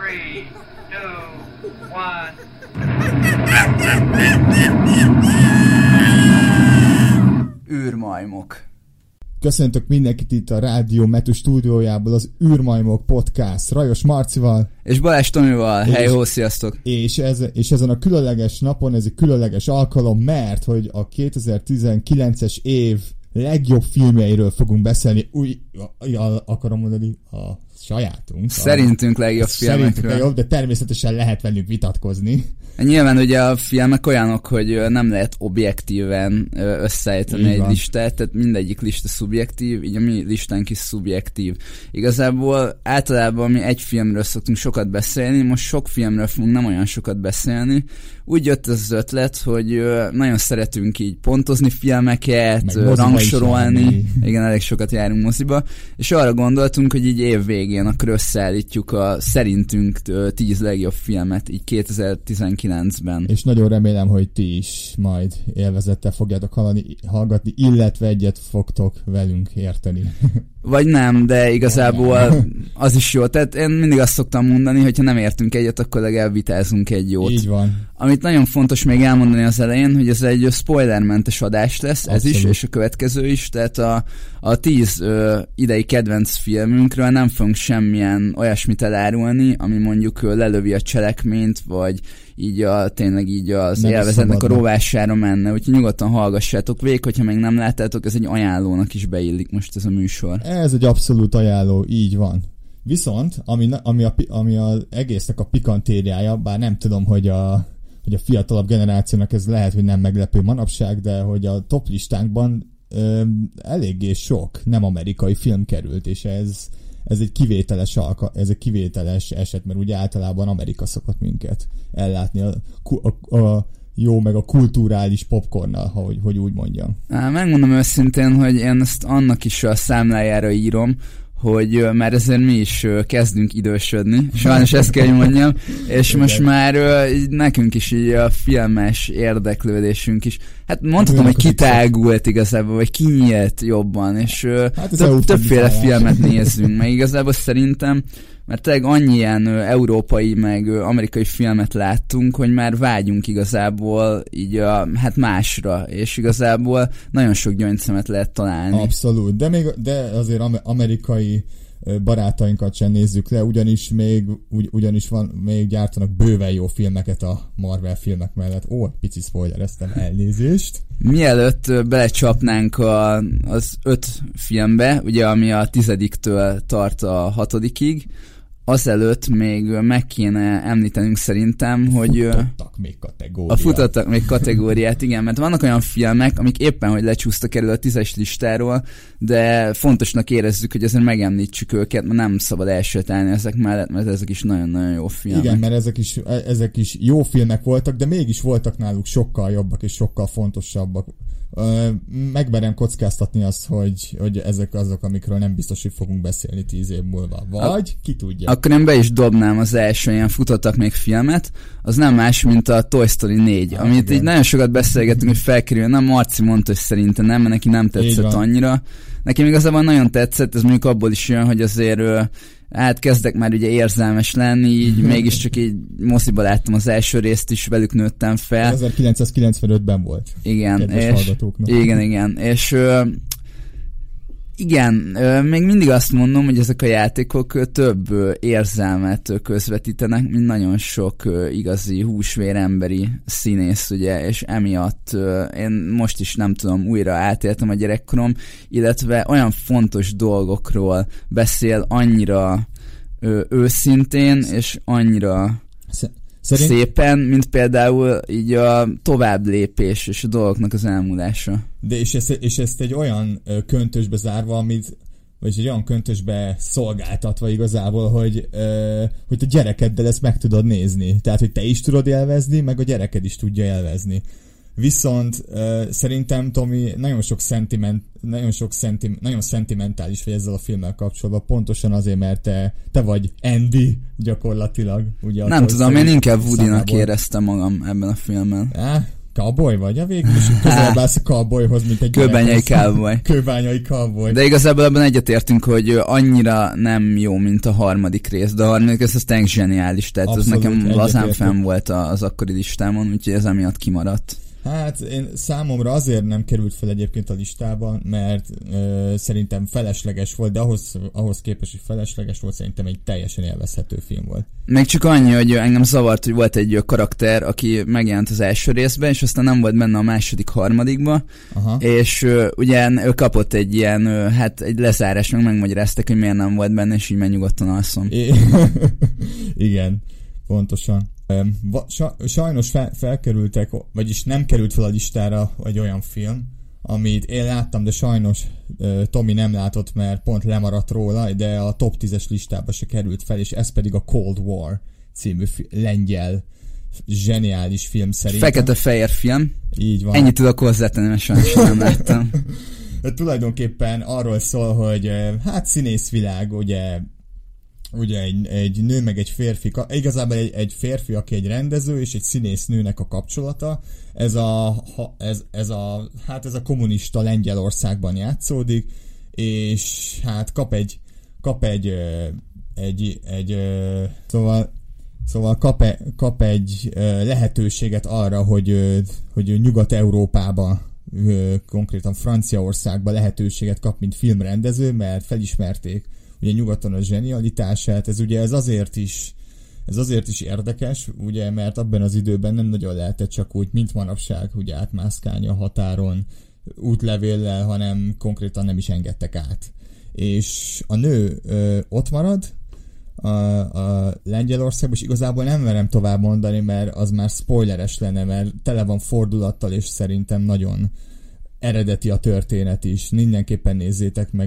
3, 2, 1. űrmajmok. Köszöntök mindenkit itt a Rádió Mető stúdiójából, az űrmajmok podcast Rajos Marcival. És Balázs Tomival. Hejhó, sziasztok! És ezen a különleges napon, ez egy különleges alkalom, mert hogy a 2019-es év legjobb filmjeiről fogunk beszélni. Akarom mondani, a sajátunk. Szerintünk legjobb filmekről. Szerintünk legjobb, de természetesen lehet velünk vitatkozni. Nyilván ugye a filmek olyanok, hogy nem lehet objektíven összeállítani egy listát, tehát mindegyik lista szubjektív, így a mi listánk is szubjektív. Igazából általában mi egy filmről szoktunk sokat beszélni, most sok filmről fogunk nem olyan sokat beszélni. Úgy jött az ötlet, hogy nagyon szeretünk így pontozni filmeket, rangsorolni. Igen, elég sokat járunk moziba, és arra gondoltunk, hogy így év végén akkor összeállítjuk a szerintünk 10 legjobb filmet így 2019-ben. És nagyon remélem, hogy ti is majd élvezettel fogjátok hallgatni, illetve egyet fogtok velünk érteni. Vagy nem, de igazából az is jó. Tehát én mindig azt szoktam mondani, hogy ha nem értünk egyet, akkor legalább vitázunk egy jót. Így van. Amit nagyon fontos még elmondani az elején, hogy ez egy spoilermentes adás lesz, ez is, és a következő is, tehát a 10 idei kedvenc filmünkről nem fogunk semmilyen olyasmit elárulni, ami mondjuk lelövi a cselekményt, vagy így tényleg így az nem élvezetnek a rovására menne, úgyhogy nyugodtan hallgassátok végig, hogyha még nem láttátok, ez egy ajánlónak is beillik most ez a műsor. Ez egy abszolút ajánló, így van. Viszont, ami az egésznek a pikantériája, bár nem tudom, hogy a fiatalabb generációnak ez lehet, hogy nem meglepő manapság, de hogy a top listánkban eléggé sok nem amerikai film került, és ez egy kivételes eset, mert ugye általában Amerika szokott minket ellátni a jó, meg a kulturális popcornnal, hogy úgy mondjam. Megmondom őszintén, hogy én ezt annak is a számlájára írom, hogy már ezért mi is kezdünk idősödni, sajnos ezt kell mondjam, és igen. Most már nekünk is így a filmes érdeklődésünk is, hát mondhatom, hogy kitágult igazából, vagy kinyílt jobban, és többféle filmet nézzünk, meg igazából szerintem, mert tényleg annyi ilyen európai, meg amerikai filmet láttunk, hogy már vágyunk igazából így másra, és igazából nagyon sok gyöngyszemet lehet találni. Abszolút, de azért amerikai barátainkat sem nézzük le, ugyanis még gyártanak bőven jó filmeket a Marvel filmek mellett. Pici spoilereztem, elnézést. Mielőtt belecsapnánk az 5 filmbe, ugye ami a 10-től tart a 6-ig, azelőtt még meg kéne említenünk szerintem, hogy futottak még kategóriát, igen, mert vannak olyan filmek, amik éppen, hogy lecsúsztak erről a 10-es listáról, de fontosnak érezzük, hogy azért megemlítsük őket, mert nem szabad elsőt állni ezek mellett, mert ezek is nagyon-nagyon jó filmek. Igen, mert ezek is jó filmek voltak, de mégis voltak náluk sokkal jobbak és sokkal fontosabbak. Megmerem kockáztatni azt, hogy ezek azok, amikről nem biztos, hogy fogunk beszélni 10 év múlva. Vagy ki tudja. Akkor én be is dobnám az első ilyen futottak még filmet, az nem más, mint a Toy Story 4, amit igen. Így nagyon sokat beszélgettünk, hogy felkerül, nem Marci mondta, hogy szerintem nem, mert neki nem tetszett annyira. Nekem igazából nagyon tetszett, ez mondjuk abból is jön, hogy azért kezdek már ugye érzelmes lenni, így mégiscsak így moziba láttam az első részt is, velük nőttem fel. 1995-ben volt. Igen, és igen, még mindig azt mondom, hogy ezek a játékok több érzelmet közvetítenek, mint nagyon sok igazi húsvér emberi színész, ugye, és emiatt én most is nem tudom, újra átéltem a gyerekkorom, illetve olyan fontos dolgokról beszél annyira őszintén, és annyira szépen, mint például így a továbblépés és a dolgoknak az elmúlása. De és ezt egy olyan köntösbe zárva, vagy egy olyan köntösbe szolgáltatva igazából, hogy a gyerekeddel ezt meg tudod nézni. Tehát, hogy te is tudod élvezni, meg a gyereked is tudja élvezni. Viszont szerintem, Tomi, nagyon szentimentális vagy ezzel a filmmel kapcsolatban, pontosan azért, mert te vagy Andy gyakorlatilag. Ugye nem tudom, én inkább Woody-nak éreztem magam ebben a filmben. Cowboy vagy a végül, és közelebb állsz a cowboyhoz, mint egy Kőbányai cowboy. Kőbányai cowboy. De igazából abban egyetértünk, hogy annyira nem jó, mint a harmadik rész, de a harmadik rész az tényleg zseniális, tehát abszolút, ez nekem lazán fenn volt az akkori listámon, úgyhogy ez emiatt kimaradt. Hát én számomra azért nem került fel egyébként a listában, mert szerintem felesleges volt, de ahhoz képest, hogy felesleges volt, szerintem egy teljesen élvezhető film volt. Még csak annyi, hogy engem zavart, hogy volt egy karakter, aki megjelent az első részben, és aztán nem volt benne a második, harmadikba, és ugye ő kapott egy ilyen, hát egy lezárás, megmagyaráztak, hogy miért nem volt benne, és így nyugodtan alszom. Igen, pontosan. Sajnos felkerültek, vagyis nem került fel a listára egy olyan film, amit én láttam, de sajnos Tomi nem látott, mert pont lemaradt róla, de a top 10-es listába se került fel, és ez pedig a Cold War című lengyel zseniális film szerintem. Fekete-fehér film. Így van. Ennyit tudok hozzátenni, mert sajnos nem láttam. De tulajdonképpen arról szól, hogy hát színészvilág, ugye egy nő meg egy férfi, igazából egy férfi, aki egy rendező, és egy színésznőnek a kapcsolata. Ez a kommunista Lengyelországban játszódik, és hát kap egy lehetőséget arra, hogy Nyugat-Európában, konkrétan Franciaországban lehetőséget kap, mint filmrendező, mert felismerték ugye nyugaton a zsenialitását. Ez azért is érdekes, ugye, mert abban az időben nem nagyon lehetett csak úgy, mint manapság, ugye átmászkálni a határon útlevéllel, hanem konkrétan nem is engedtek át. És a nő ott marad a Lengyelországban, és igazából nem merem tovább mondani, mert az már spoileres lenne, mert tele van fordulattal, és szerintem nagyon eredeti a történet is. Mindenképpen nézzétek meg,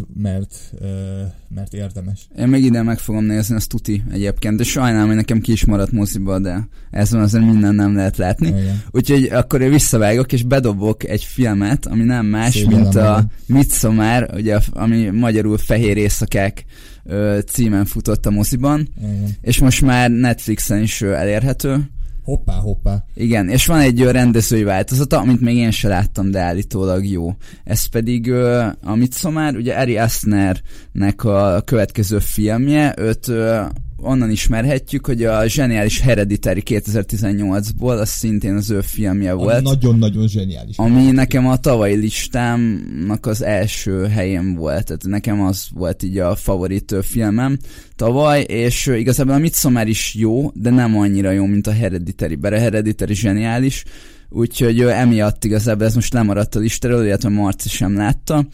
mert érdemes. Én még ide meg fogom nézni, az tuti egyébként, de sajnálom, hogy nekem ki is maradt moziba, de ez van, azért minden nem lehet látni. Igen. Úgyhogy akkor én visszavágok, és bedobok egy filmet, ami nem más, szégyellem mint a Midsommar, ugye, ami magyarul Fehér éjszakák címen futott a moziban, igen. És most már Netflixen is elérhető. Hoppá. Igen, és van egy rendezői változata, amit még én se láttam, de állítólag jó. Ez pedig a Midsommar, ugye Ari Asternek a következő filmje, őt onnan ismerhetjük, hogy a zseniális Hereditary 2018-ból, az szintén az ő filmje volt. Nagyon-nagyon zseniális. Ami nekem a tavalyi listámnak az első helyén volt. Tehát nekem az volt így a favorit filmem tavaly, és igazából a Midsommar is jó, de nem annyira jó, mint a Hereditary. Bár a Hereditary zseniális, úgyhogy emiatt igazából ez most lemaradt a listáról, illetve Marci sem látta.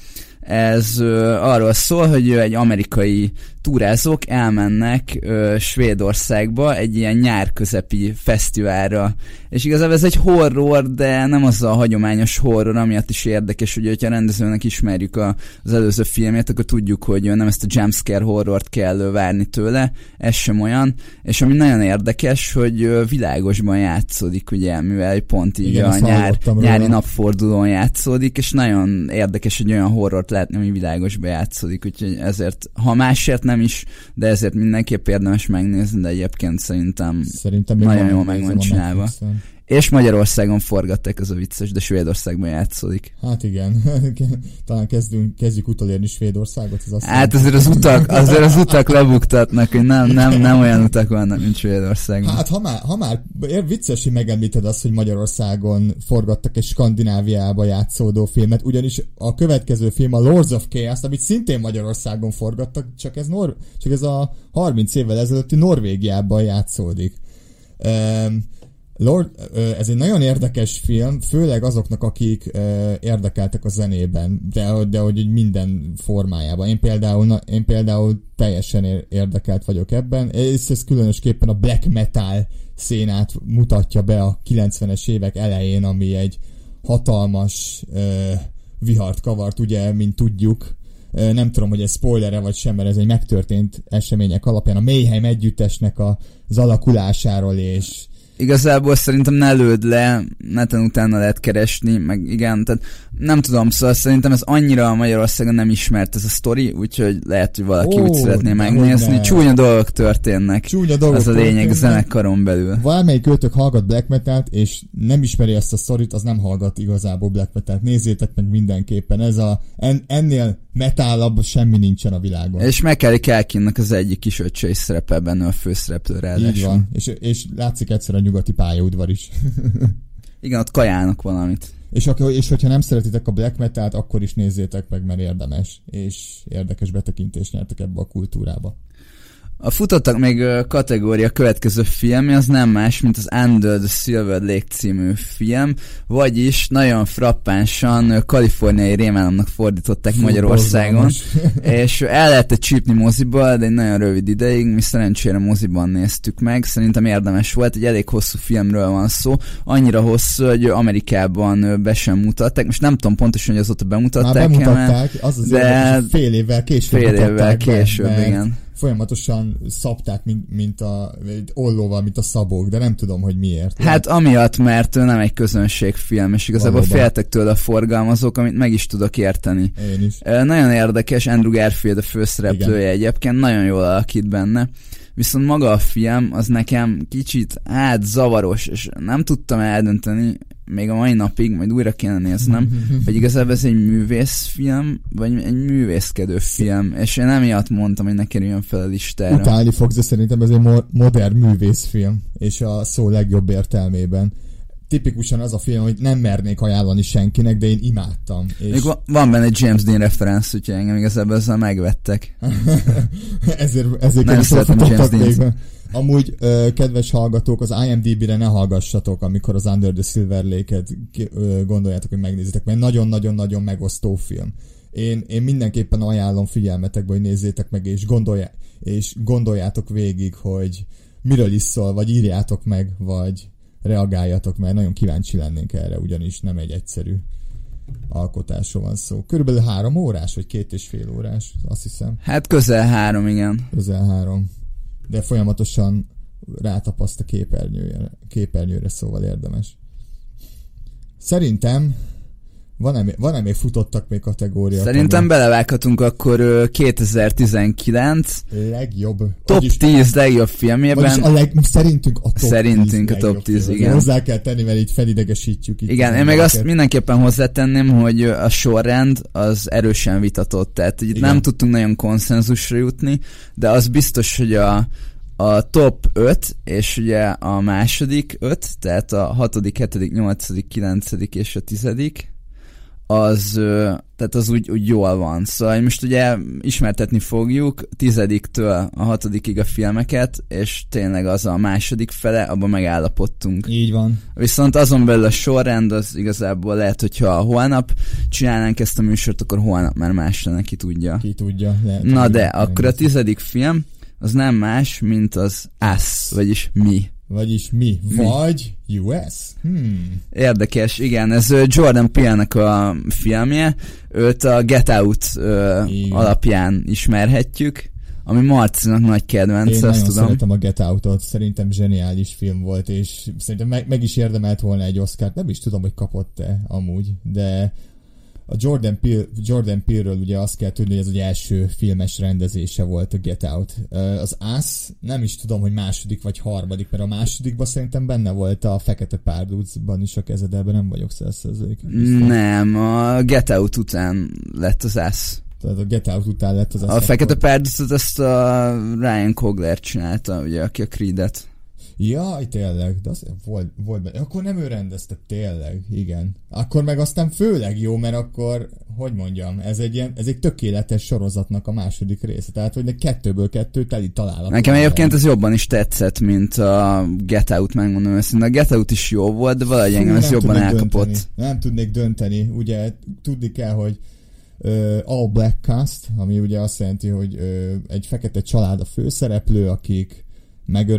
Ez arról szól, hogy egy amerikai túrázók elmennek Svédországba egy ilyen nyárközepi fesztiválra. És igazából ez egy horror, de nem az a hagyományos horror, amiatt is érdekes, hogy ha a rendezőnek ismerjük az előző filmét, akkor tudjuk, hogy nem ezt a jumpscare horrort kell várni tőle, ez sem olyan. És ami nagyon érdekes, hogy világosban játszódik, ugye, mivel pont így igen, a nyári napfordulón játszódik, és nagyon érdekes, hogy olyan horrort látni, ami világosban játszódik, úgyhogy ezért, ha másért nem is, de ezért mindenképp érdemes megnézni, de egyébként szerintem nagyon jól meg van csinálva. És Magyarországon forgatták, az a vicces, de Svédországban játszódik. Hát igen, talán kezdjük utolérni Svédországot. Hát azért az utak lebuktatnak, hogy nem olyan utak vannak, mint Svédországban. Hát ha már vicces, hogy megemlíted azt, hogy Magyarországon forgattak egy Skandináviába játszódó filmet, ugyanis a következő film a Lords of Chaos, amit szintén Magyarországon forgattak, csak ez a 30 évvel ezelőtti Norvégiában játszódik. Ez egy nagyon érdekes film, főleg azoknak, akik érdekeltek a zenében, de hogy minden formájában. Én például teljesen érdekelt vagyok ebben, és ez különösképpen a black metal szénát mutatja be a 90-es évek elején, ami egy hatalmas vihart kavart, ugye, mint tudjuk. Nem tudom, hogy ez spoiler-e vagy sem, mert ez egy megtörtént események alapján a Mayhem együttesnek az alakulásáról és igazából szerintem ne lőd le, neten utána lehet keresni, meg igen, tehát nem tudom, szóval szerintem ez annyira Magyarországon nem ismert ez a sztori, úgyhogy lehet, hogy valaki úgy szeretné megnézni. Csúnya dolgok történnek. Az a lényeg a zenekaron belül. Valamelyik őtök hallgat black metalt, és nem ismeri ezt a sztorit, az nem hallgat igazából black metalt. Nézzétek meg mindenképpen. Ennél metálabb semmi nincsen a világon. És Macaulay Culkinnak az egyik kis öccse is szerepel benne a főszereplő ráadásul. Így van. És látszik egyszer a nyugati pályaudvar is. Igen, ott kajálnak valamit. És hogyha nem szeretitek a black metalt, akkor is nézzétek meg, mert érdemes. És érdekes betekintést nyertek ebbe a kultúrába. A futottak még kategória következő filmje, az nem más, mint az Under the Silver Lake című film, vagyis nagyon frappánsan kaliforniai rémálomnak fordították Magyarországon, és el lehetett csípni moziból, de egy nagyon rövid ideig, mi szerencsére moziban néztük meg, szerintem érdemes volt, egy elég hosszú filmről van szó, annyira hosszú, hogy Amerikában be sem mutatták, most nem tudom pontosan, hogy azóta bemutatták. Már bemutatták, de fél évvel később, igen. Folyamatosan szabták, mint a ollóval, mint a szabók, de nem tudom, hogy miért. Hát amiatt, mert nem egy közönségfilm, és igazából féltek tőle a forgalmazók, amit meg is tudok érteni. Én is. Nagyon érdekes, Andrew Garfield a főszereplője egyébként, nagyon jól alakít benne. Viszont maga a film az nekem kicsit zavaros, és nem tudtam eldönteni még a mai napig, majd újra kéne néznem, hogy igazából ez egy művészfilm, vagy egy művészkedő film, és én emiatt mondtam, hogy ne kerüljön fel a listára. Utálni fogsz, de szerintem ez egy modern művészfilm, és a szó legjobb értelmében. Tipikusan az a film, hogy nem mernék ajánlani senkinek, de én imádtam. És... Van benne egy James Dean referenc, úgyhogy engem igazából ezzel megvettek. ezért nem szeretem James Dean. Amúgy, kedves hallgatók, az IMDb-re ne hallgassatok, amikor az Under the Silver Lake-et gondoljátok, hogy megnézitek, mert nagyon-nagyon-nagyon megosztó film. Én mindenképpen ajánlom figyelmetekbe, hogy nézzétek meg, és gondoljátok végig, hogy miről is szól, vagy írjátok meg, vagy reagáljatok, mert nagyon kíváncsi lennénk erre, ugyanis nem egy egyszerű alkotásról van szó. Körülbelül 3 órás, vagy 2,5 órás, azt hiszem. Hát közel 3, igen. Közel 3. De folyamatosan rátapaszt a képernyőre, szóval érdemes. Szerintem van-e még futottak még kategória? Szerintem belevághatunk akkor 2019 legjobb. Top 10 legjobb filmjében. Szerintünk a top 10, igen. Hozzá kell tenni, mert így felidegesítjük. Igen, én meg azt mindenképpen hozzátenném, hogy a sorrend az erősen vitatott, tehát itt nem tudtunk nagyon konszenzusra jutni, de az biztos, hogy a top 5, és ugye a második 5, tehát a 6., 7., 8., 9. és a 10. tehát az úgy jól van. Szóval most ugye ismertetni fogjuk 10-től a 6-ig a filmeket, és tényleg az a második fele, abban megállapodtunk. Így van. Viszont azon belül a sorrend az igazából lehet, hogyha holnap csinálnánk ezt a műsort, akkor holnap már más lenne, ki tudja. Ki tudja. Lehet, na de, akkor a 10. film az nem más, mint az Us, vagyis mi. Vagy US. Érdekes, igen, ez Jordan Peele-nek a filmje, őt a Get Out alapján ismerhetjük, ami Marcinak nagy kedvence, én azt tudom. Én szeretem a Get Out-ot, szerintem zseniális film volt, és szerintem meg is érdemelt volna egy Oscart, nem is tudom, hogy kapott-e amúgy, de a Jordan Peele-ről ugye azt kell tudni, hogy ez egy első filmes rendezése volt a Get Out. Az Us, nem is tudom, hogy második vagy harmadik, mert a másodikban szerintem benne volt a Fekete Párducban is a kezed, ebben nem vagyok 100%. Nem, a Get Out után lett az Us. Tehát a Get Out után lett az Us. A Fekete Párducot azt a Ryan Coogler csinálta, ugye, aki a Creed-et. Jaj, tényleg, de az volt benne. Akkor nem ő rendezte, tényleg, igen. Akkor meg aztán főleg jó, mert akkor, hogy mondjam, ez egy tökéletes sorozatnak a második része. Tehát, hogy 2-ből 2 teli találat. Nekem egyébként ez jobban is tetszett, mint a Get Out, megmondom őszintén. A Get Out is jó volt, de valahogy engem ez jobban elkapott. Nem tudnék dönteni. Ugye tudni kell, hogy all black cast, ami ugye azt jelenti, hogy egy fekete család a főszereplő, akik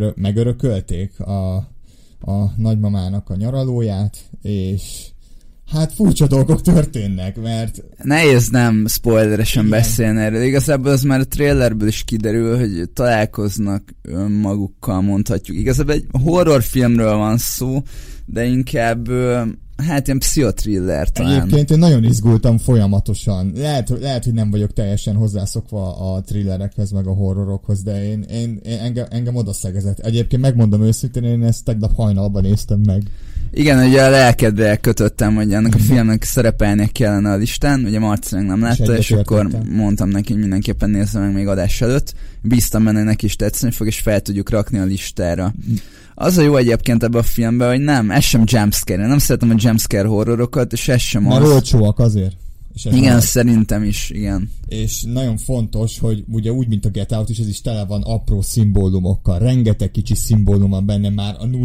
megörökölték a nagymamának a nyaralóját, és hát furcsa dolgok történnek, mert... Nehéz nem spoileresen beszélni erről. Igazából az már a trailerből is kiderül, hogy találkoznak önmagukkal, mondhatjuk. Igazából egy horrorfilmről van szó, de inkább hát ilyen pszichotriller talán. Egyébként én nagyon izgultam folyamatosan. Lehet, hogy nem vagyok teljesen hozzászokva a thrillerekhez, meg a horrorokhoz, de engem odaszegezett. Egyébként megmondom őszintén, én ezt tegnap hajnalban néztem meg. Igen, ugye a lelkedre kötöttem, hogy ennek a filmnek szerepelnie kellene a listán, ugye Marci nem látta, és akkor mondtam neki, hogy mindenképpen nézze meg még adás előtt. Bíztam benne, neki is tetszeni fog, és fel tudjuk rakni a listára. Az a jó egyébként ebben a filmben, hogy ez sem jumpscare. Én nem szeretem a jumpscare horrorokat, és ez sem az. Mert olcsóak azért. Igen, szerintem is, igen. És nagyon fontos, hogy ugye úgy, mint a Get Out is, ez is tele van apró szimbólumokkal. Rengeteg kicsi szimbólum van benne már a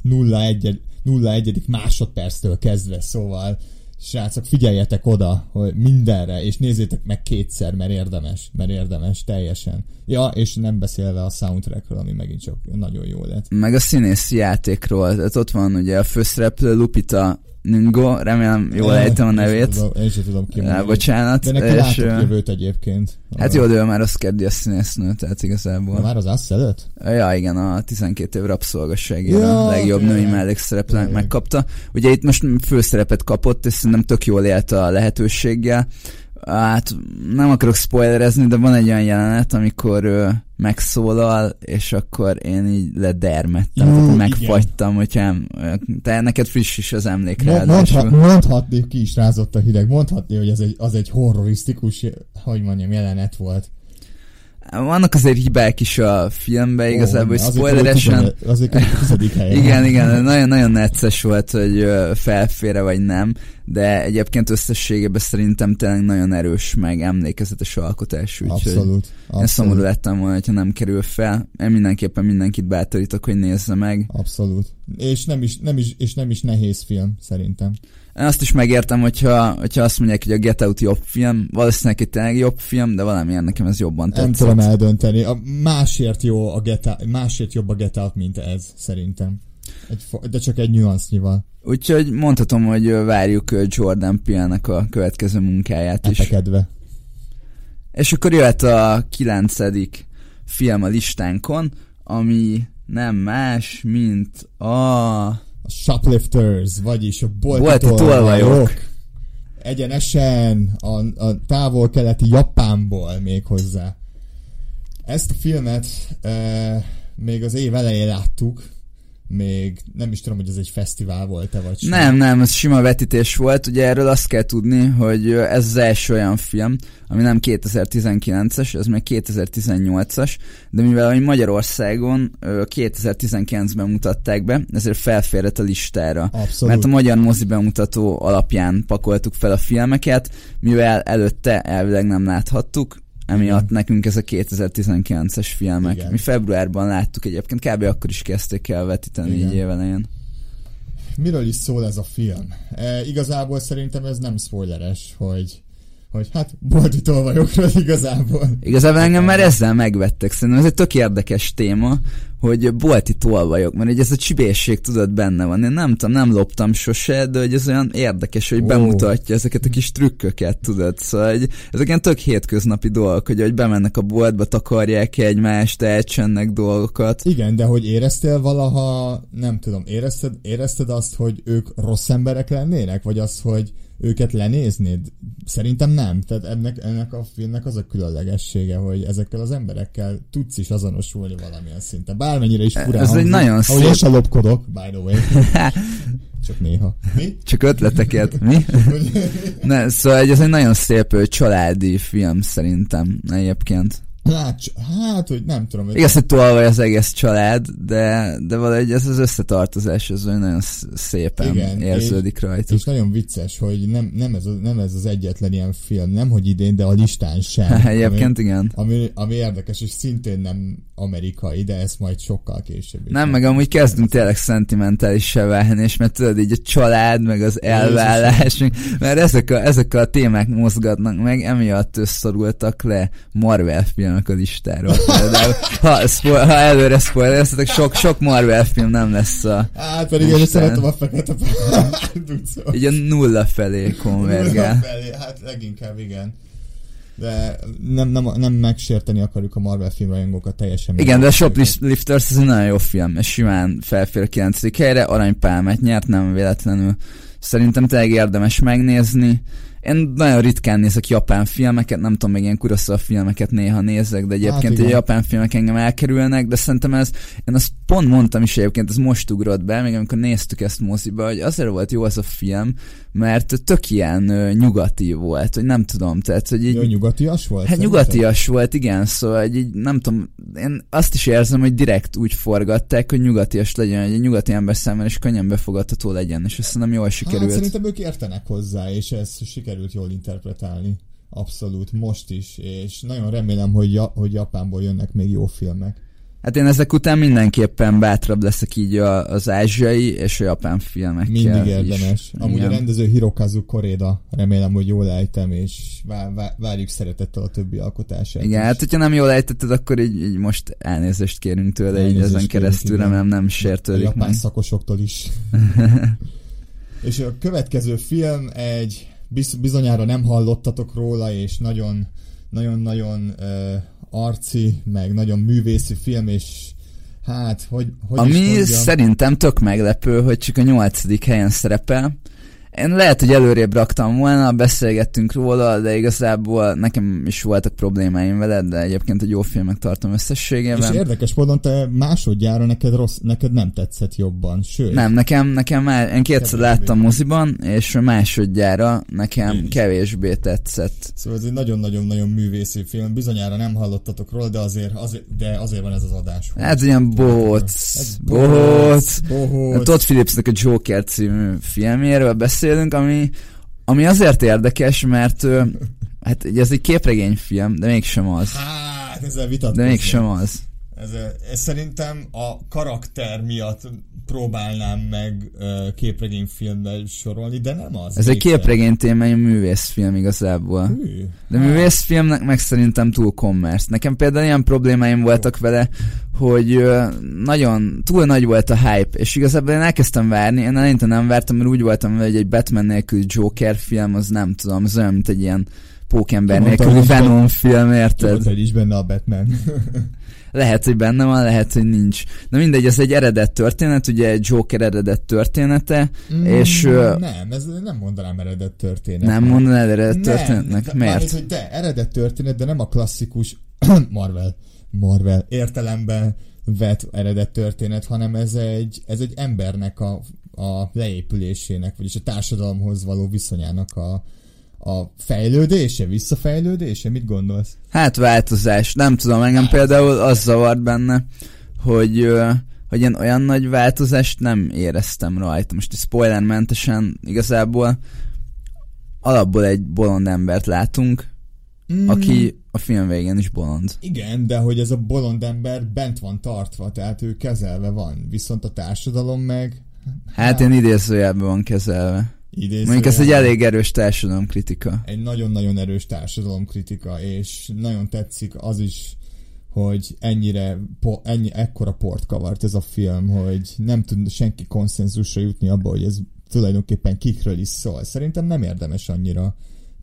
0,1 másodperctől kezdve, szóval srácok, figyeljetek oda, hogy mindenre, és nézzétek meg kétszer, mert érdemes teljesen. Ja, és nem beszélve a soundtrackről, ami megint csak nagyon jó lett. Meg a színészi játékról, tehát ott van ugye a főszereplő Lupita Nyong'o, remélem jól ejtem a nevét. Én sem tudom ki mondani. Bocsánat. De neki látok jövőt egyébként. Hát jó, de ő már Oscar-díj a színésznő, tehát igazából. De már az azt előtt? Ja, igen, a 12 év rabszolgasságére a legjobb női mellékszereplőnek megkapta. Ugye itt most főszerepet kapott, és szerintem tök jól élt a lehetőséggel. Hát nem akarok spoilerezni, de van egy olyan jelenet, amikor megszólal, és akkor én így ledermettem, megfagytam, hogyha te neked friss is az emlékre. Mondhatni, ki is rázott a hideg, mondhatni, hogy az egy horrorisztikus, hogy mondjam, jelenet volt. Vannak azért hibák is a filmben, igazából, hogy spoileresen... Azért a 10. helyen. Igen, nagyon necces volt, hogy felfére vagy nem, de egyébként összességében szerintem tényleg nagyon erős, meg emlékezetes alkotás, úgyhogy én szomorú lettem volna, hogyha nem kerül fel. Én mindenképpen mindenkit bátorítok, hogy nézze meg. Abszolút. És nem is nehéz film, szerintem. Én azt is megértem, hogyha azt mondják, hogy a Get Out jobb film, valószínűleg egy tényleg jobb film, de valamilyen nekem ez jobban tetszett. Nem tudom eldönteni. Másért jobb a Get Out, mint ez, szerintem. De csak egy nüansznyival. Úgyhogy mondhatom, hogy várjuk Jordan Peele-nek a következő munkáját is. Epekedve. És akkor jöhet a 9. film a listánkon, ami nem más, mint a Shoplifters, vagyis a bolti tolvajok. Egyenesen a távol-keleti Japánból még hozzá. Ezt a filmet még az év elején láttuk, még nem is tudom, hogy ez egy fesztivál volt-e, vagy sem. Nem, ez sima vetítés volt. Ugye erről azt kell tudni, hogy ez az első olyan film, ami nem 2019-es, ez meg 2018-as, de mivel hogy Magyarországon 2019-ben mutatták be, ezért felférhet a listára. Abszolút. Mert a magyar mozi bemutató alapján pakoltuk fel a filmeket, mivel előtte elvileg nem láthattuk, emiatt nekünk ez a 2019-es filmek. Igen. Mi februárban láttuk egyébként, kb. Akkor is kezdték el vetíteni így évelején. Miről is szól ez a film? Igazából szerintem ez nem spoileres, hogy hát bolti tolvajokról igazából. Igazából engem már ezzel megvettek. Szerintem ez egy tök érdekes téma, hogy bolti tolvajok, mert ez a csibészség tudod benne van. Én nem tudom, nem loptam sose, de hogy ez olyan érdekes, hogy bemutatja ezeket a kis trükköket, tudod. Szóval ezek ilyen tök hétköznapi dolgok, hogy bemennek a boltba, takarják egymást, elcsennek dolgokat. Igen, de hogy éreztél valaha, nem tudom, érezted azt, hogy ők rossz emberek lennének? Vagy azt, hogy őket lenéznéd? Szerintem nem. Tehát ennek a filmnek az a különlegessége, hogy ezekkel az emberekkel tudsz is azonosulni valamilyen szinten. Bármennyire is furán hangzik. Nagyon szép. Ahogy én sem lopkodok, by the way. Csak néha. Mi? Csak ötleteket. Mi? Szóval ez egy nagyon szép családi film szerintem egyébként. Hát, hogy nem tudom. Igaz, hogy tolvaj az egész család, de valahogy ez az összetartozás, ez nagyon szépen érződik rajtuk. És nagyon vicces, hogy nem ez az egyetlen ilyen film, nem hogy idén, de a listán sem. Egyébként igen. Ami érdekes, és szintén nem amerikai, de ez majd sokkal később. Nem, meg amúgy kezdünk tényleg szentimentálissá válni, és mert tudod, így a család, meg az elvállás, mert ezek a témák mozgatnak meg, emiatt összorultak le Marvel filmek filmek a listáról. Például, ha előre spoilereztetek, sok Marvel film nem lesz a hát pedig én szeretem a Fekete Párducot. Így a nulla felé konvergál. Nulla felé, hát leginkább igen. De nem megsérteni akarjuk a Marvel filmrajongókat teljesen. Igen, de a Shoplifters ez egy nagyon jó film, és simán felfér a 9. helyre, aranypálmát nyert, nem véletlenül. Szerintem tényleg érdemes megnézni. Én nagyon ritkán nézek japán filmeket, nem tudom, még ilyen Kurosawa filmeket néha nézek, de egyébként a japán filmek engem elkerülnek, de szerintem én azt pont mondtam is egyébként, ez most ugrott be, még amikor néztük ezt moziba, hogy azért volt jó az a film, mert tök ilyen nyugati volt, hogy nem tudom, tehát, hogy így... Jó, nyugatias volt? Hát nyugatias volt, igen, szóval így nem tudom, én azt is érzem, hogy direkt úgy forgatták, hogy nyugatias legyen, hogy egy nyugati ember számára is könnyen befogadható legyen, és ezt nem jól sikerült. Hát szerintem ők értenek hozzá, és ezt sikerült jól interpretálni. Abszolút, most is, és nagyon remélem, hogy Japánból jönnek még jó filmek. Hát én ezek után mindenképpen bátrabb leszek így az ázsiai és a japán filmekkel. Mindig érdemes. Amúgy igen. A rendező Hirokazu Koreda, remélem, hogy jól ejtem, és várjuk szeretettel a többi alkotását. Igen, hát hogyha nem jól ejtetted, akkor így most elnézést kérünk tőle, így ezen keresztül, remélem nem sértődik. A japán szakosoktól is. És a következő film egy bizonyára nem hallottatok róla, és nagyon arci, meg nagyon művészi film, és hát, hogy ami szerintem tök meglepő, hogy csak a 8. helyen szerepel. Én lehet, hogy előrébb raktam volna, beszélgettünk róla, de igazából nekem is voltak problémáim veled, de egyébként egy jó filmek tartom összességében. És érdekes módon te másodjára neked nem tetszett jobban, sőt. Nem, nekem már, én kétszer láttam moziban, és a másodjára nekem kevésbé tetszett. Szóval ez egy nagyon-nagyon-nagyon művészi film, bizonyára nem hallottatok róla, de azért van ez az adás. Hát ilyen bohóc. Todd Phillipsnek a Joker című filmjéről beszélünk, ami azért érdekes, mert hát ez egy képregényfilm, de mégsem az. Hát ezzel vitatkozom. De mégsem az. Ez szerintem a karakter miatt próbálnám meg képregényfilmbe sorolni, de nem az. Ez egy képregény témájú művészfilm igazából. De művészfilmnek meg szerintem túl commerce. Nekem például ilyen problémáim voltak vele, hogy nagyon túl nagy volt a hype, és igazából én elkezdtem várni, én eleinte nem vártam, mert úgy voltam vele, hogy egy Batman nélkül Joker film, az nem tudom, az olyan, mint egy ilyen pókember nélküli Venom film, érted? Tudod, hogy is benne a Batman. Lehet, hogy benne van, lehet, hogy nincs. Na mindegy, ez egy eredet történet, ugye Joker eredet története, és... ez nem mondanám eredet történet. Nem mondanám eredet történetnek? Miért? Mármint, hogy eredet történet, de nem a klasszikus Marvel értelemben vett eredet történet, hanem ez egy embernek a leépülésének, vagyis a társadalomhoz való viszonyának a fejlődése, visszafejlődése? Mit gondolsz? Hát változás. Nem tudom, engem például az zavart benne, hogy én olyan nagy változást nem éreztem rajta. Most spoilermentesen igazából alapból egy bolond embert látunk, aki a film végén is bolond. Igen, de hogy ez a bolond ember bent van tartva, tehát ő kezelve van. Viszont a társadalom meg... Hát én idézőjelben van kezelve. Mondjuk ez egy elég erős társadalomkritika. Egy nagyon-nagyon erős társadalomkritika, és nagyon tetszik az is, hogy ekkora port kavart ez a film, hogy nem tud senki konszenzusra jutni abba, hogy ez tulajdonképpen kikről is szól. Szerintem nem érdemes annyira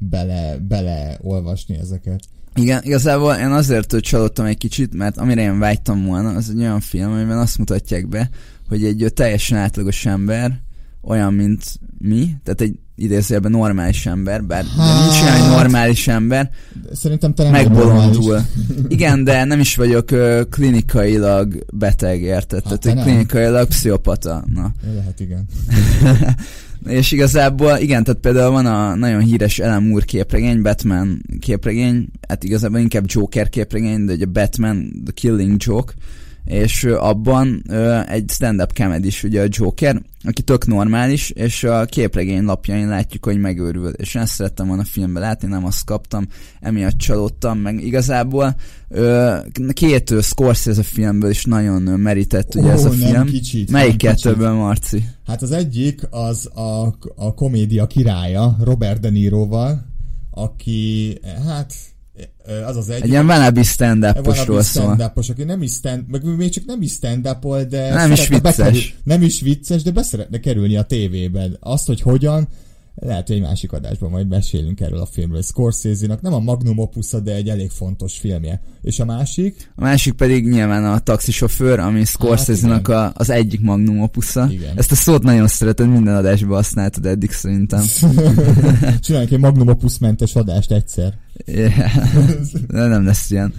beleolvasni ezeket. Igen, igazából én azért csalódtam egy kicsit, mert amire én vágytam volna, az egy olyan film, amiben azt mutatják be, hogy egy teljesen átlagos ember, olyan, mint mi, tehát egy idézőjelben normális ember, bár nincs olyan, hogy normális ember, szerintem te nem megbolondul. Igen, de nem is vagyok klinikailag beteg, érted? Tehát klinikailag pszichopata. Na. Lehet, igen. És igazából, igen, tehát például van a nagyon híres Alan Moore képregény, Batman képregény, hát igazából inkább Joker képregény, de ugye Batman, The Killing Joke, és abban egy stand-up comedy is ugye a Joker, aki tök normális, és a képregény lapjain látjuk, hogy megőrül. És ezt szerettem volna a filmben látni, nem azt kaptam, emiatt csalódtam, meg igazából két Scorsese filmből is nagyon merített ugye ez a film. Kicsit, melyik kettőből, Marci? Hát az egyik az a komédia királya, Robert De Niroval, aki, hát Az az egy ilyen wannabe stand-uposról szól. Stand-upos, aki nem is még csak nem is stand-upol, de nem is vicces. Nem is vicces, de beszeretne kerülni a tévében. Azt, hogy hogyan, lehet, hogy egy másik adásban majd mesélünk erről a filmről. Scorsese-nak nem a magnum opusza, de egy elég fontos filmje. És a másik? A másik pedig nyilván a Taxisofőr, ami Scorsese-nak az egyik magnum opusza. Igen. Ezt a szót nagyon szereted, minden adásban használtad eddig szerintem. Csináljuk egy magnum opus mentes adást egyszer. Yeah. De nem lesz ilyen.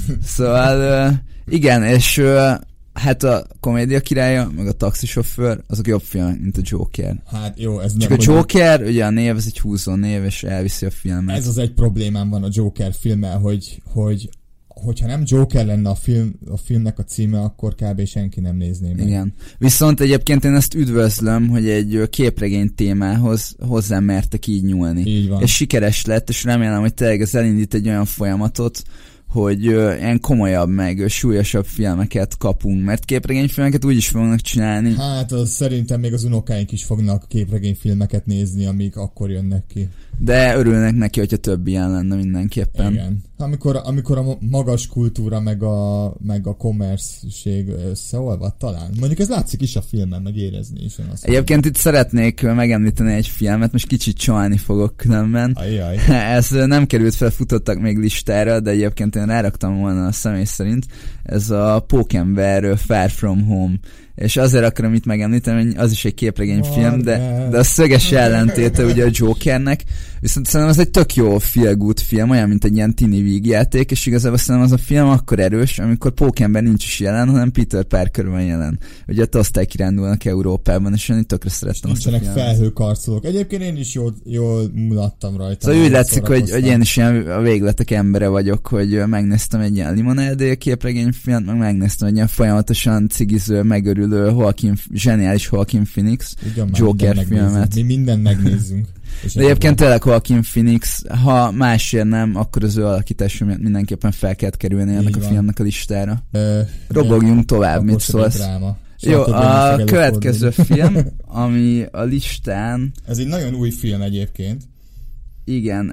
Szóval igen, és hát a Komédia királya, meg a Taxisofőr, azok jobb filmek, mint a Joker. Hát jó, ez csak nem... Csak a Joker, ugye a név, ez egy húzó név, és elviszi a filmet. Ez az egy problémám van a Joker filmmel, hogyha nem Joker lenne a filmnek a címe, akkor kb. Senki nem nézné meg. Igen. Viszont egyébként én ezt üdvözlöm, hogy egy képregény témához hozzá mertek így nyúlni. Így van. És sikeres lett, és remélem, hogy tényleg ez elindít egy olyan folyamatot, hogy ilyen komolyabb, meg súlyosabb filmeket kapunk, mert képregényfilmeket úgy is fognak csinálni. Hát szerintem még az unokáink is fognak képregényfilmeket nézni, amik akkor jönnek ki. De örülnek neki, hogyha több ilyen lenne mindenképpen. Igen. Amikor a magas kultúra meg a kommerszség összeolvad talán. Mondjuk ez látszik is a filmen, meg érezni is. Egyébként itt szeretnék megemlíteni egy filmet, most kicsit csalni fogok különben. Ajjaj. Ez nem került fel, futottak még listára, de egyébként én ráraktam volna a személy szerint. Ez a Pókember Far From Home. És azért akarom itt megemlíteni, hogy az is egy képregényfilm, de a szöges ellentéte ugye a Jokernek, viszont szerintem az egy tök jó feel-good film, olyan, mint egy ilyen tini vígjáték, és igazából szerintem az a film akkor erős, amikor Pókember nincs is jelen, hanem Peter Parker van jelen. Ugye ott osztálykirándulnak Európában, és én tökre szerettem azt a filmet. Nincsenek felhőkarcolók. Egyébként én is jól mulattam rajta. Szóval úgy látszik, hogy én is ilyen a végletek embere vagyok, hogy megnéztem egy ilyen Limonade képregényfilmet, meg megnéztem egy ilyen folyamatosan cigiző, megörülő zseniális Joaquin Phoenix ugyan Joker filmet. Mi mindent megnézzünk. De egyébként tényleg Joaquin Phoenix, ha másért nem, akkor az ő alakítású mindenképpen fel kell kerülni ennek a filmnek a listára. Robogjunk tovább, mit szólsz? Jó, a következő film, ami a listán... Ez egy nagyon új film egyébként. Igen,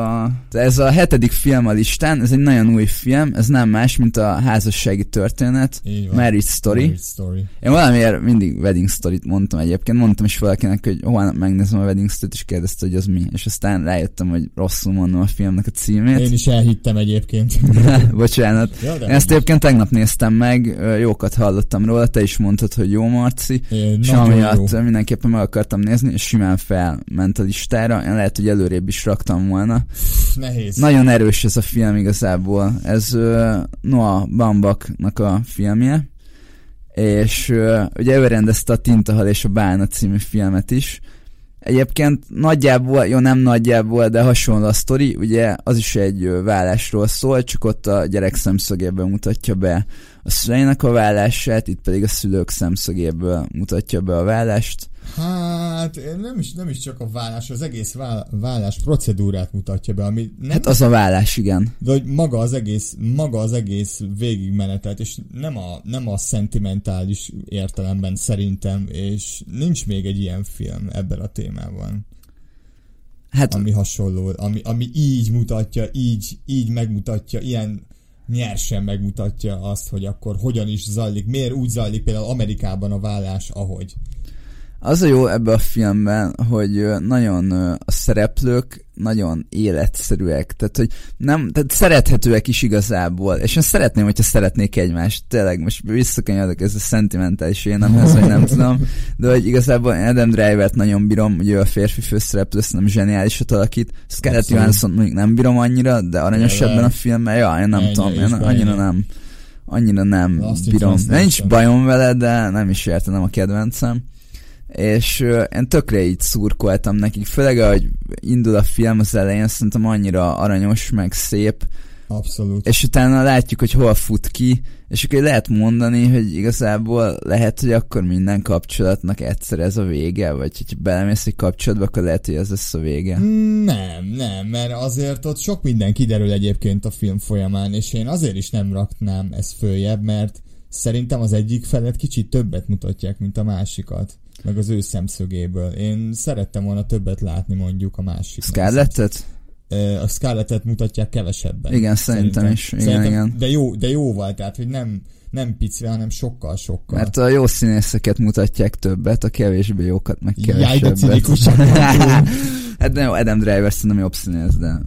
ez a 7. film a listán, ez egy nagyon új film, ez nem más, mint a házassági történet, Marriage Story. Én valamiért mindig Wedding Story-t mondtam egyébként, mondtam is valakinek, hogy holnap megnézem a Wedding Story-t, és kérdezte, hogy az mi, és aztán rájöttem, hogy rosszul mondom a filmnek a címét. Én is elhittem egyébként. Bocsánat. Ja, én ezt egyébként tegnap néztem meg, jókat hallottam róla, te is mondtad, hogy jó, Marci, és amiatt mindenképpen meg akartam nézni, és simán felment a listára, én lehet, hogy előrébb is raktam volna. Nehéz. Nagyon erős ez a film igazából. Ez Noah Baumbachnak a filmje, és ugye ő rendezte a Tintahal és a Bálna című filmet is. Egyébként nagyjából, jó nem nagyjából, de hasonló a sztori, ugye az is egy vállásról szól, csak ott a gyerek szemszögéből mutatja be a szüleinek a vállását, itt pedig a szülők szemszögéből mutatja be a vállást. Hát nem is csak a vállás, az egész vállás procedúrát mutatja be, ami nem... Hát az a vállás, igen. De hogy maga az egész végigmenetet, és nem a szentimentális értelemben szerintem, és nincs még egy ilyen film ebben a témában. Hát... Ami hasonló, ami így mutatja, így megmutatja, ilyen nyersen megmutatja azt, hogy akkor hogyan is zajlik, miért úgy zajlik például Amerikában a vállás, ahogy. Az a jó ebben a filmben, hogy nagyon a szereplők nagyon életszerűek, tehát szerethetőek is igazából, és én szeretném, hogyha szeretnék egymást, tényleg most visszakanyarodok, ez a szentimentális énemhez, vagy nem tudom, de hogy igazából Adam Drivert nagyon bírom, ugye a férfi főszereplő, nem zseniálisat alakít, Scarlett Johansson még nem bírom annyira, de aranyos ebben a filmben, ja, én nem tudom, én annyira nem bírom. Nincs bajom vele, de nem is értem, nem a kedvencem. És én tökre így szurkoltam nekik, főleg ahogy indul a film az elején, szerintem annyira aranyos, meg szép. Abszolút. És utána látjuk, hogy hol fut ki, és akkor lehet mondani, hogy igazából lehet, hogy akkor minden kapcsolatnak egyszer ez a vége, vagy hogyha belemész egy kapcsolatba, akkor lehet, hogy ez lesz a vége. Nem, mert azért ott sok minden kiderül egyébként a film folyamán, és én azért is nem raknám ezt följebb, mert szerintem az egyik felet kicsit többet mutatják, mint a másikat. Meg az ő szemszögéből. Én szerettem volna többet látni mondjuk a másik. Scarlettet? a Scarlettet mutatják kevesebben. Igen, szerintem is. Igen. De jóval, tehát hogy nem picivel, hanem sokkal. Mert a jó színészeket mutatják többet, a kevésbé jókat meg kevesebbet. Jaj, de cinikusan. Hát nem, Adam Driver szerintem jobb színész, de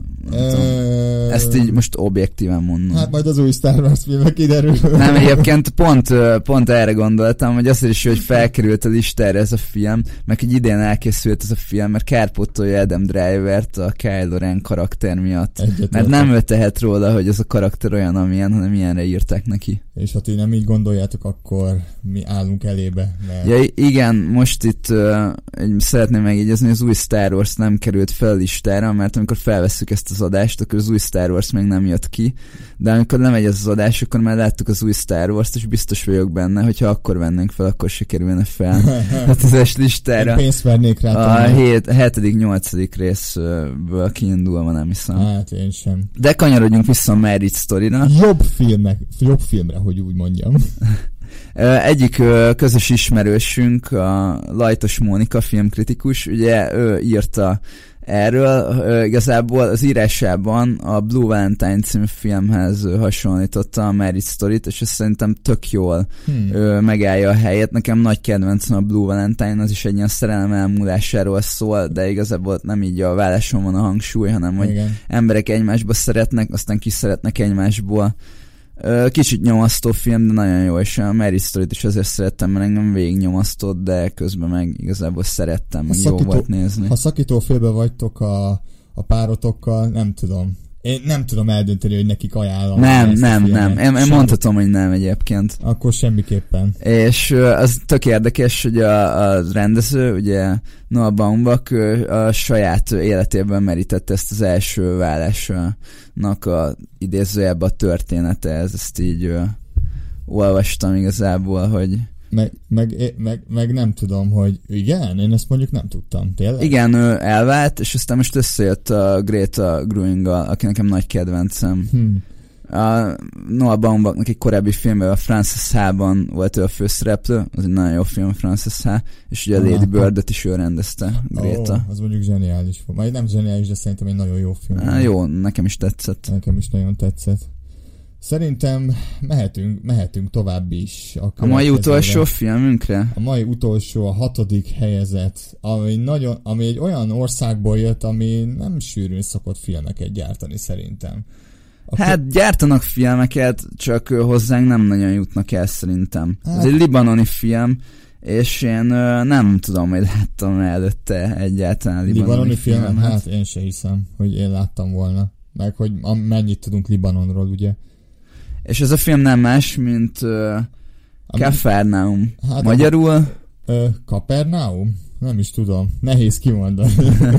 ezt így most objektíven mondom. Hát majd az új Star Wars filmek kiderül. Nem, egyébként pont erre gondoltam, hogy azért is, hogy felkerült a listára ez a film, meg hogy idén elkészült ez a film, mert kárpótolja Adam Drivert a Kylo Ren karakter miatt. Mert nem ő tehet róla, hogy ez a karakter olyan, amilyen, hanem ilyenre írták neki. És ha ti nem így gondoljátok, akkor mi állunk elébe. Mert... Ja, igen, most itt szeretném megjegyezni, hogy az új Star Wars nem került fel a listára, mert amikor felvesszük ezt az adást, akkor az új Star Wars még nem jött ki, de amikor lemegy ez az adás, akkor már láttuk az új Star Wars-t, és biztos vagyok benne, hogyha akkor vennénk fel, akkor se kerülne fel a 10-es listára. Én pénzt vernék rá. A 7.-8. részből kiindulva, nem hiszem. Hát én sem. De kanyarodjunk vissza a Marriage Story-ra. Jobb filmre, hogy úgy mondjam. Egyik közös ismerősünk, a Lajtos Mónika filmkritikus, ugye ő írta erről, igazából az írásában a Blue Valentine című filmhez hasonlította a Marriage Story-t, és ez szerintem tök jól megállja a helyét. Nekem nagy kedvencem a Blue Valentine, az is egy ilyen szerelem elmúlásáról szól, de igazából nem így a válláson van a hangsúly, hanem hogy emberek egymásba szeretnek, aztán kiszeretnek egymásból. Kicsit nyomasztó film, de nagyon jó, és a Marriage Story-t is azért szerettem, mert engem végig nyomasztott, de közben meg igazából szerettem, meg jó volt nézni. Ha szakító félbe vagytok a párotokkal, nem tudom. Én nem tudom eldönteni, hogy nekik ajánlom. Nem. Én mondhatom, hogy nem egyébként. Akkor semmiképpen. És az tök érdekes, hogy a rendező, ugye Noah Baumbach a saját életében merítette ezt az első vállásnak a idézőjebb a története. Ezt így olvastam igazából, hogy... Meg nem tudom, hogy igen, én ezt mondjuk nem tudtam, tényleg? Igen, ő elvált, és aztán most összejött a Greta Gerwig-gal, aki nekem nagy kedvencem. A Noah Baumbachnak egy korábbi filmben, a Frances H-ban volt ő a főszereplő, az egy nagyon jó film, Frances H, és ugye a Lady Bird-et is ő rendezte, Greta. Az mondjuk zseniális. Majd nem zseniális, de szerintem egy nagyon jó film. Jó, nekem is tetszett. Nekem is nagyon tetszett. Szerintem mehetünk tovább is. A mai utolsó filmünkre? A mai utolsó, a 6. helyezett, ami egy olyan országból jött, ami nem sűrűn szokott filmeket gyártani szerintem. Hát gyártanak filmeket, csak hozzánk nem nagyon jutnak el szerintem. Ez egy libanoni film, és én nem tudom, hogy láttam előtte egyáltalán libanoni filmet. Hát én se hiszem, hogy én láttam volna. Meg hogy mennyit tudunk Libanonról, ugye? És ez a film nem más, mint Kapernaum. Hát magyarul? Kapernaum? Nem is tudom. Nehéz kimondani.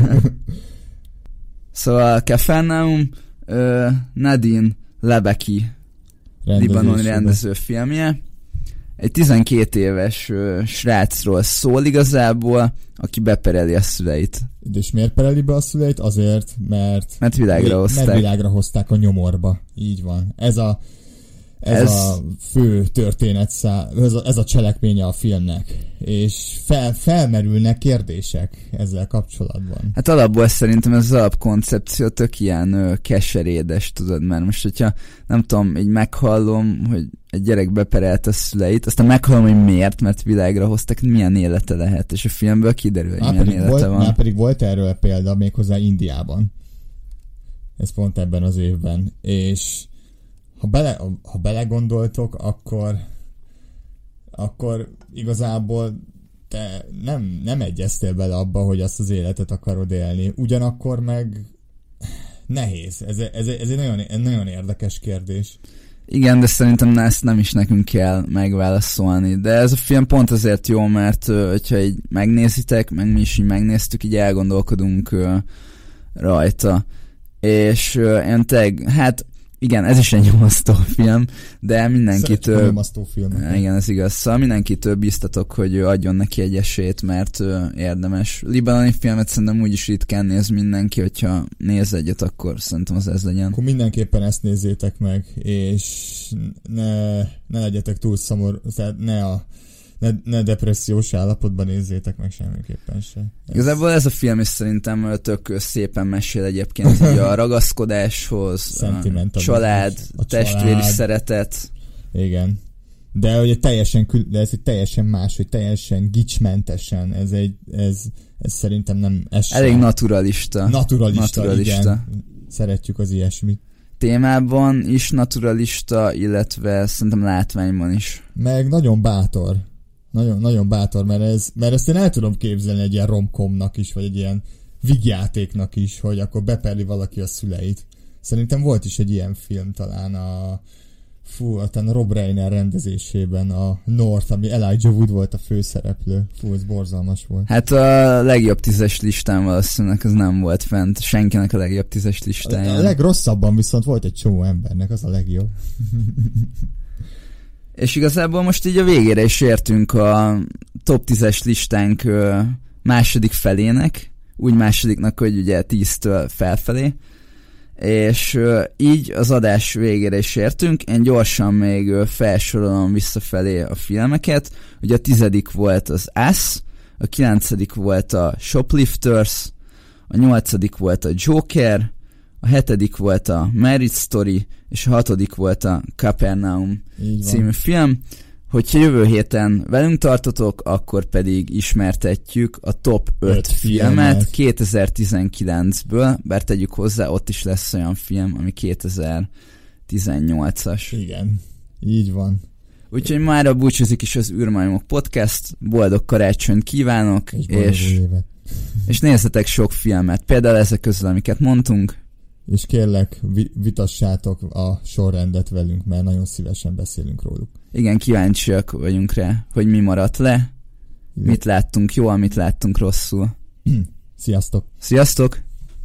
Szóval Kapernaum Nadine Lebeki libanoni rendező filmje. Egy 12 éves srácról szól igazából, aki bepereli a szüleit. És miért pereli be a szüleit? Azért, mert világra hozták a nyomorba. Így van. Ez a fő történetszál, ez a cselekménye a filmnek. És felmerülnek kérdések ezzel kapcsolatban. Hát alapból szerintem ez az alapkoncepció tök ilyen keserédes, tudod, mert most, hogyha nem tudom, így meghallom, hogy egy gyerek beperelt a szüleit, aztán meghallom, hogy miért, mert világra hoztak, milyen élete lehet, és a filmből kiderül, hogy milyen élete van. Már pedig volt erről példa méghozzá Indiában. Ez pont ebben az évben. És ha belegondoltok, akkor igazából te nem egyeztél bele abba, hogy azt az életet akarod élni. Ugyanakkor meg nehéz. Ez egy nagyon érdekes kérdés. Igen, de szerintem ezt nem is nekünk kell megválaszolni. De ez a film pont azért jó, mert hogyha így megnézitek, meg mi is így megnéztük, így elgondolkodunk rajta. És én hát igen, ez is egy nyomasztó film, de mindenkitől... nyomasztó film. Igen, ez igaz. Szóval mindenkitől bíztatok, hogy adjon neki egy esélyt, mert érdemes. Libanoni filmet szerintem úgyis ritkán néz mindenki, hogyha néz egyet, akkor szerintem az ez legyen. Akkor mindenképpen ezt nézzétek meg, és ne legyetek túl szomorú, tehát ne depressziós állapotban nézzétek meg semmiképpen se. Igazából ez a film is szerintem tök szépen mesél egyébként így a ragaszkodáshoz, a család, a testvéri szeretet. Igen. De hogy ez egy teljesen más, hogy teljesen gicsmentesen, ez szerintem nem... Elég naturalista. Naturalista. Igen. Szeretjük az ilyesmit. Témában is naturalista, illetve szerintem látványban is. Meg nagyon bátor. Nagyon bátor, mert ezt én el tudom képzelni egy ilyen romkomnak is, vagy egy ilyen vígjátéknak is, hogy akkor beperli valaki a szüleit. Szerintem volt is egy ilyen film talán a Rob Reiner rendezésében, a North, ami Elijah Wood volt a főszereplő. Ez borzalmas volt. Hát a legjobb 10-es listán valószínűleg ez nem volt fent. Senkinek a legjobb 10-es listáján. A legrosszabban viszont volt egy csomó embernek, az a legjobb. És igazából most így a végére is értünk a top 10-es listánk második felének. Úgy másodiknak, hogy ugye 10-től felfelé. És így az adás végére is értünk. Én gyorsan még felsorolom visszafelé a filmeket. Ugye a 10. volt az Us, a 9. volt a Shoplifters, a 8. volt a Joker, a 7. volt a Marriage Story, és a 6. volt a Capernaum című film. Hogyha jövő héten velünk tartotok, akkor pedig ismertetjük a top 5 filmet 2019-ből, bár tegyük hozzá, ott is lesz olyan film, ami 2018-as. Igen, így van. Úgyhogy mára búcsúzik is az űrmajmok podcast, boldog karácsonyt kívánok, és nézzetek sok filmet, például ezek közül, amiket mondtunk. És kérlek, vitassátok a sorrendet velünk, mert nagyon szívesen beszélünk róluk. Igen, kíváncsiak vagyunk rá, hogy mi maradt le, mit láttunk jól, mit láttunk rosszul. Sziasztok! Sziasztok!